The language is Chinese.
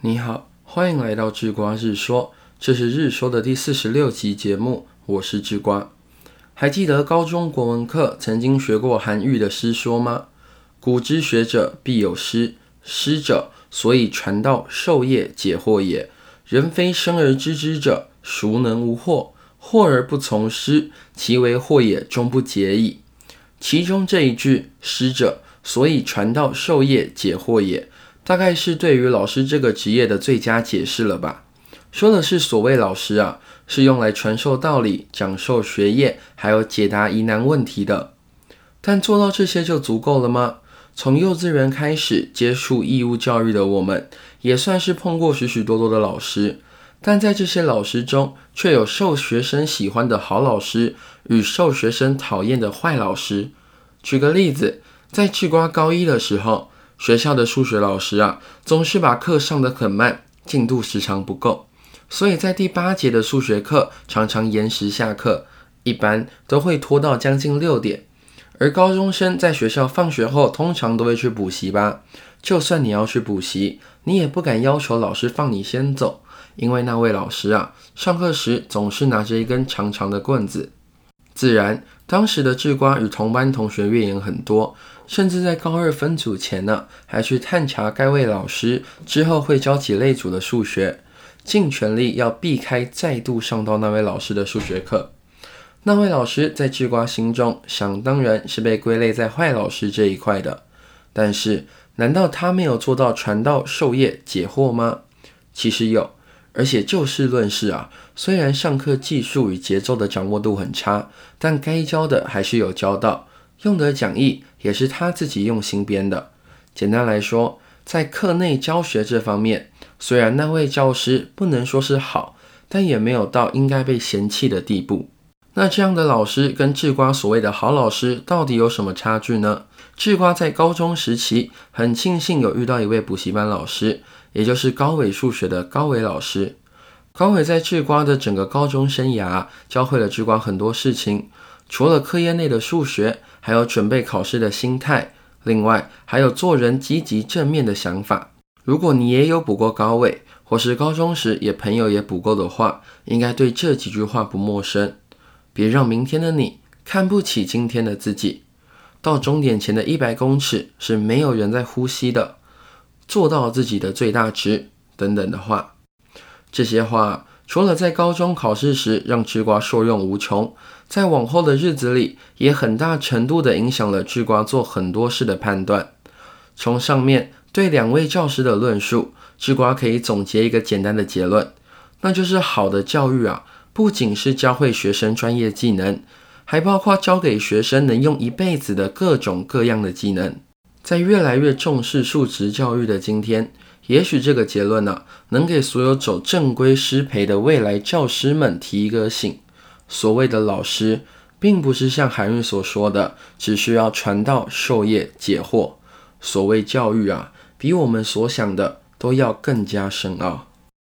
你好，欢迎来到智瓜日说，这是日说的第46集节目，我是智瓜。还记得高中国文课曾经学过韩愈的诗说吗？古之学者必有师，师者，所以传道授业解惑也。人非生而知之者，孰能无惑？惑而不从师，其为惑也，终不解矣。其中这一句师者，所以传道授业解惑也，大概是对于老师这个职业的最佳解释了吧。说的是所谓老师啊，是用来传授道理、讲授学业，还有解答疑难问题的。但做到这些就足够了吗？从幼稚园开始接触义务教育的我们，也算是碰过许许多多的老师，但在这些老师中，却有受学生喜欢的好老师与受学生讨厌的坏老师。举个例子，在智瓜高一的时候，学校的数学老师啊，总是把课上得很慢，进度时常不够，所以在第8节的数学课常常延时下课，一般都会拖到将近6点。而高中生在学校放学后通常都会去补习吧，就算你要去补习，你也不敢要求老师放你先走，因为那位老师啊，上课时总是拿着一根长长的棍子。自然，当时的智瓜与同班同学怨言很多，甚至在高2分组前呢，还去探查该位老师之后会教几类组的数学，尽全力要避开再度上到那位老师的数学课。那位老师在智瓜心中，想当然是被归类在坏老师这一块的。但是，难道他没有做到传道授业解惑吗？其实有，而且就事论事啊。虽然上课技术与节奏的掌握度很差，但该教的还是有教到，用的讲义也是他自己用心编的。简单来说，在课内教学这方面，虽然那位教师不能说是好，但也没有到应该被嫌弃的地步。那这样的老师跟智瓜所谓的好老师到底有什么差距呢？智瓜在高中时期很庆幸有遇到一位补习班老师，也就是高伟数学的高伟老师。高伟在智瓜的整个高中生涯教会了智瓜很多事情，除了课业内的数学，还有准备考试的心态，另外还有做人积极正面的想法。如果你也有补过高伟，或是高中时朋友也补过的话，应该对这几句话不陌生。别让明天的你看不起今天的自己。到终点前的100公尺是没有人在呼吸的。做到自己的最大值等等的话。这些话除了在高中考试时让智瓜受用无穷，在往后的日子里也很大程度的影响了智瓜做很多事的判断。从上面对2位教师的论述，智瓜可以总结一个简单的结论，那就是好的教育啊，不仅是教会学生专业技能，还包括教给学生能用一辈子的各种各样的技能。在越来越重视素质教育的今天，也许这个结论能给所有走正规师培的未来教师们提一个醒。所谓的老师，并不是像韩愈所说的，只需要传道授业解惑。所谓教育比我们所想的都要更加深奥。